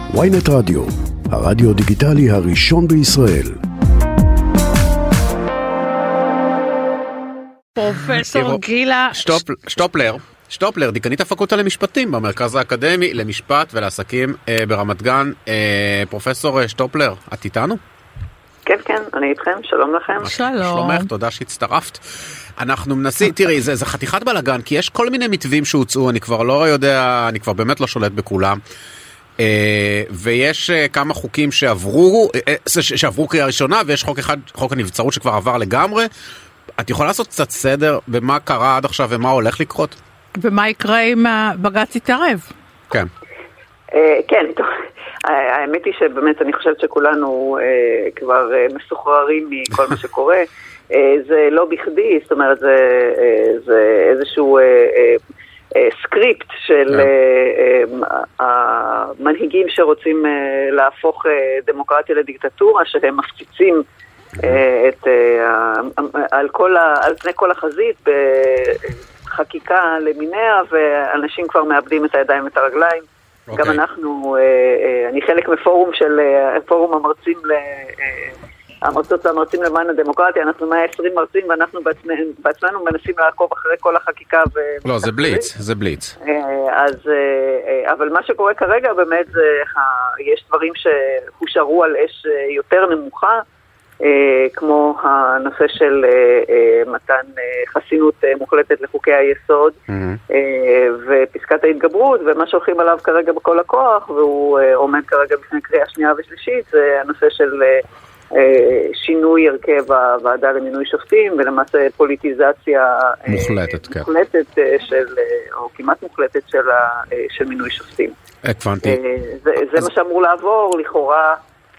ynet רדיו, הרדיו דיגיטלי הראשון בישראל. פרופסור גילה שטופלר, דיקנית הפקולטה למשפטים במרכז האקדמי למשפט ולעסקים ברמת גן. פרופסור שטופלר, את איתנו? כן, אני איתכם, שלום לכם. שלומך, תודה שהצטרפת. אנחנו מנסים, תראי, זה חתיכת בלגן, כי יש כל מיני מתווים שהוצאו, אני כבר לא יודע, אני כבר באמת לא שולט בכולם. ויש כמה חוקים שעברו קריאה ראשונה, ויש חוק אחד, חוק הנבצרות שכבר עבר לגמרי. את יכולה לעשות קצת סדר במה קרה עד עכשיו ומה הולך לקרות? ומה יקרה אם בג"ץ יתערב? כן. כן, טוב. האמת היא שבאמת אני חושבת שכולנו כבר מסוחררים מכל מה שקורה. זה לא בכדי, זאת אומרת, זה איזשהו סקריפט של המנהיגים שרוצים להפוך דמוקרטיה לדיקטטורה, שהם מפציצים על פני כל החזית בחקיקה למיניה, ואנשים כבר מאבדים את הידיים ואת הרגליים. גם אנחנו, אני חלק מפורום של פורום המרצות והמרצים למען הדמוקרטיה, אנחנו 120 מרצים ואנחנו בעצמנו מנסים לעקוב אחרי כל החקיקה. לא, זה בליץ. אבל מה שקורה כרגע באמת זה, יש דברים שהושארו על אש יותר נמוכה, כמו הנושא של מתן חסינות מוחלטת לחוקי היסוד ופסקת ההתגברות, ומה שהולכים עליו כרגע בכל הכוח, והוא עומד כרגע בפני קריאה שנייה ושלישית, זה הנושא של שינוי הרכב הוועדה למינוי שופטים, ולמעשה פוליטיזציה מוחלטת או כמעט מוחלטת של מינוי שופטים. זה מה שאמור לעבור לכאורה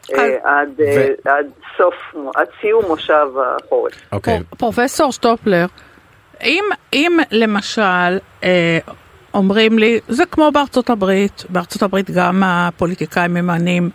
עד סיום מושב החורף. פרופסור שטופלר, אם למשל אומרים לי, זה כמו בארצות הברית גם הפוליטיקאים ממנים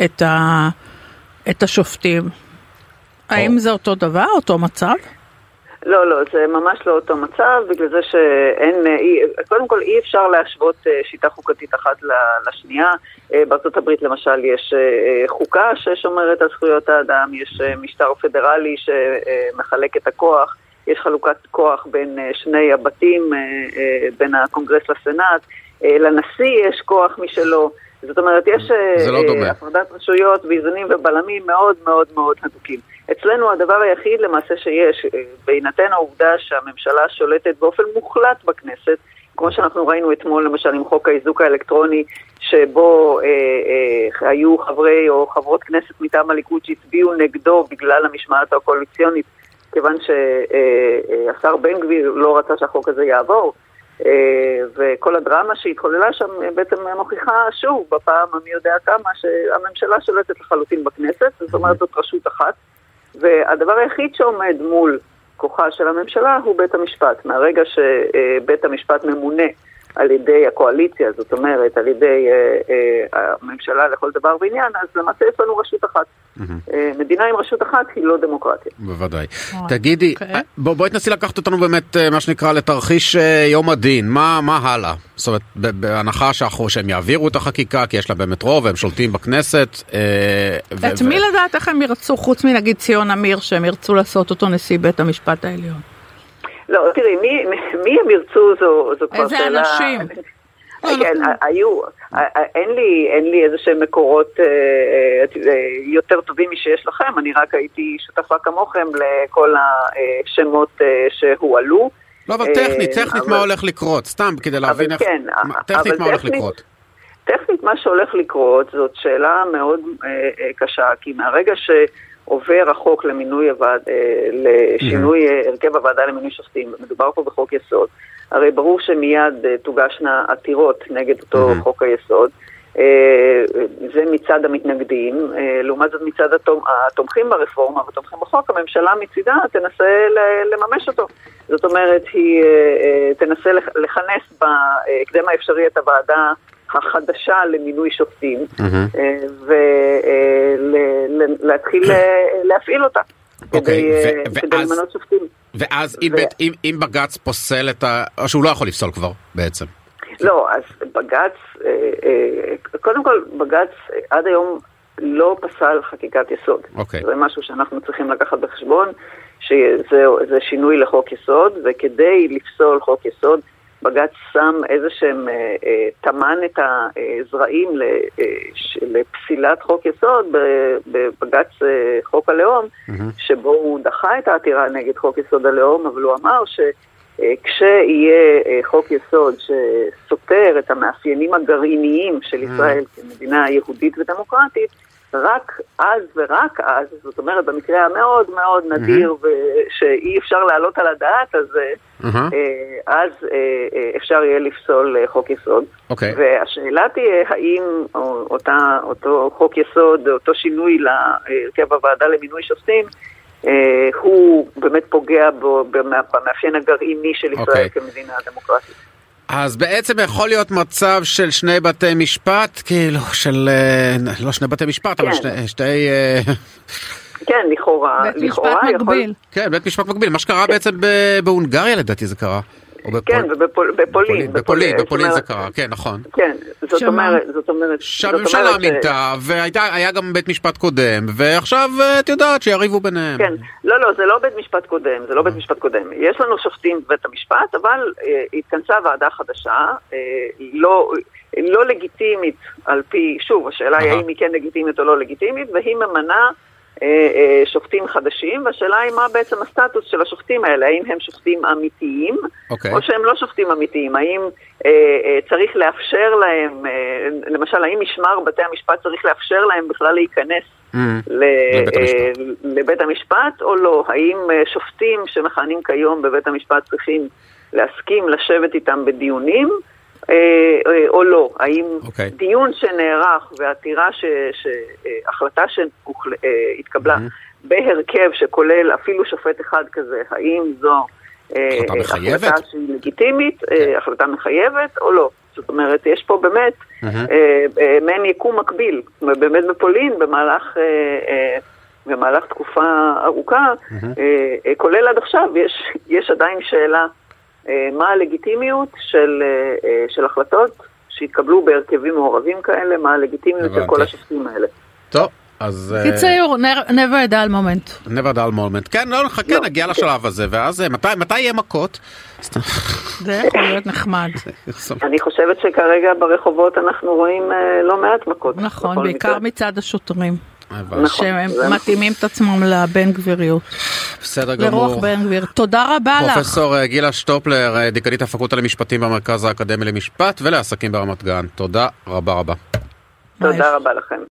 את השופטים, האם זה אותו דבר, אותו מצב? לא, זה ממש לא אותו מצב, בגלל זה קודם כל אי אפשר להשוות שיטה חוקתית אחת לשנייה. בארצות הברית למשל יש חוקה ששומרת על זכויות האדם, יש משטר פדרלי שמחלק את הכוח, יש חלוקת כוח בין שני הבתים, בין הקונגרס לסנאט, לנשיא יש כוח משלו, זאת אומרת יש הפרדת רשויות ואיזונים ובלמים מאוד מאוד מאוד הדוקים. אצלנו הדבר היחיד למעשה שיש, בהינתן העובדה שהממשלה שולטת באופן מוחלט בכנסת, כמו שאנחנו ראינו אתמול למשל עם חוק האיזוק האלקטרוני, שבו היו חברי או חברות כנסת מטעם הליכוד שהצביעו נגדו בגלל המשמעת הקואליציונית, כיוון שהשר בן גביר לא רצה שהחוק הזה יעבור, וכל הדרמה שהתחוללה שם בעצם מוכיחה שוב בפעם המי יודע כמה שהממשלה שולטת לחלוטין בכנסת, זאת אומרת זאת רשות אחת, והדבר היחיד שעומד מול כוחה של הממשלה הוא בית המשפט. מהרגע שבית המשפט ממונה על ידי הקואליציה, זאת אומרת על ידי הממשלה לכל דבר בעניין, אז למעשה יש לנו רשות אחת. מדינה עם רשות אחת היא לא דמוקרטיה. בוודאי. תגידי, בואי תנסי לקחת אותנו באמת מה שנקרא לתרחיש יום הדין. מה הלאה? זאת אומרת, בהנחה שהם יעבירו את החקיקה, כי יש לה באמת רוב, והם שולטים בכנסת. את מי לדעת איך הם ירצו, חוץ מנגיד ציון אמיר, שהם ירצו לעשות אותו נשיא בית המשפט העליון? לא, תראי, מי הם ירצו זו כבר שאלה. איזה אנשים? אין לי איזה שהם מקורות יותר טובים משיש לכם, אני רק הייתי שותפה כמוכם לכל השמות שהועלו. לא, אבל טכנית מה הולך לקרות? סתם כדי להבין איך... טכנית מה הולך לקרות? טכנית מה שהולך לקרות זאת שאלה מאוד קשה, כי מהרגע שעובר החוק לשינוי הרכב הוועדה למינוי שופטים, מדובר פה בחוק יסוד, הרי ברור שמיד תוגשנה עתירות נגד אותו חוק היסוד, זה מצד המתנגדים, לעומת זאת מצד התומכים ברפורמה ותומכים בחוק, הממשלה מצידה תנסה לממש אותו. זאת אומרת, היא תנסה לכנס בהקדם האפשרי את הוועדה החדשה למינוי שופטים, ולהתחיל להפעיל אותה כדי למנות שופטים. ואז אם בג"ץ פוסל או שהוא לא יכול לפסול כבר בעצם. לא, אז בג"ץ קודם כל, בג"ץ עד היום לא פסל חקיקת יסוד. Okay. זה משהו שאנחנו צריכים לקחת בחשבון, שזה שינוי לחוק יסוד, וכדי לפסול חוק יסוד, בג"ץ שם איזשהם תמן את הזרעים לפסילת חוק יסוד בבג"ץ חוק הלאום, שבו הוא דחה את העתירה נגד חוק יסוד הלאום, אבל הוא אמר שכשיהיה חוק יסוד שסותר את המאפיינים הגרעיניים של ישראל כמדינה יהודית ודמוקרטית, רק אז ורק אז, זאת אומרת במקרה המאוד מאוד נדיר ושאי אפשר להעלות על הדעת, אז אפשר יהיה לפסול חוק יסוד. והשאלה תהיה האם אותו חוק יסוד, אותו שינוי להרכב הוועדה למינוי שופטים, הוא באמת פוגע במאפיין הגרעיני של ישראל כמדינה דמוקרטית. אז בעצם יכול להיות מצב של שני בתי משפט, כאילו, לא שני בתי משפט, אבל שתי... כן, לכאורה. בית משפט מקביל. כן, בית משפט מקביל. מה שקרה בעצם בהונגריה, לדעתי זה קרה. כן, ובפולין. בפולין זה קרה, כן, נכון. כן, זאת אומרת... שהממשלה מינתה, והיה גם בית משפט קודם, ועכשיו את יודעת שיריבו ביניהם. כן, לא, זה לא בית משפט קודם, יש לנו שופטים בבית המשפט, אבל התכנסה ועדה חדשה, לא לגיטימית על פי, שוב, השאלה היא האם היא כן לגיטימית או לא לגיטימית, והיא ממנה שופטים חדשים, והשאלה היא מה בעצם הסטטוס של השופטים האלה, האם הם שופטים אמיתיים, או שהם לא שופטים אמיתיים, האם צריך לאפשר להם, למשל, האם משמר בתי המשפט צריך לאפשר להם בכלל להיכנס לבית המשפט, או לא, האם שופטים שמכהנים כיום בבית המשפט צריכים להסכים לשבת איתם בדיונים, או לא, האם דיון שנערך והעתירה החלטה שהתקבלה בהרכב שכולל אפילו שופט אחד כזה, האם זו החלטה שהיא לגיטימית, החלטה מחייבת או לא. זאת אומרת, יש פה באמת מעין יקום מקביל, באמת בפולין במהלך תקופה ארוכה, כולל עד עכשיו, יש עדיין שאלה מה הלגיטימיות של החלטות שהתקבלו בהרכבים מעורבים כאלה, מה הלגיטימיות של כל השופטים האלה. טוב, אז... קיצור, never a dull moment. never a dull moment. כן, לא נחכה, נגיע לשלב הזה, ואז מתי יהיה מכות? זה יכול להיות נחמד. אני חושבת שכרגע ברחובות אנחנו רואים לא מעט מכות. נכון, בעיקר מצד השוטרים. שהם מתאימים את עצמם לבן גביריות. בסדר גמור. לרוח בן גביר. תודה רבה לך. פרופסור גילה שטופלר, דיקנית הפקולטה למשפטים במרכז האקדמי למשפט ולעסקים ברמת גן. תודה רבה. תודה רבה לכם.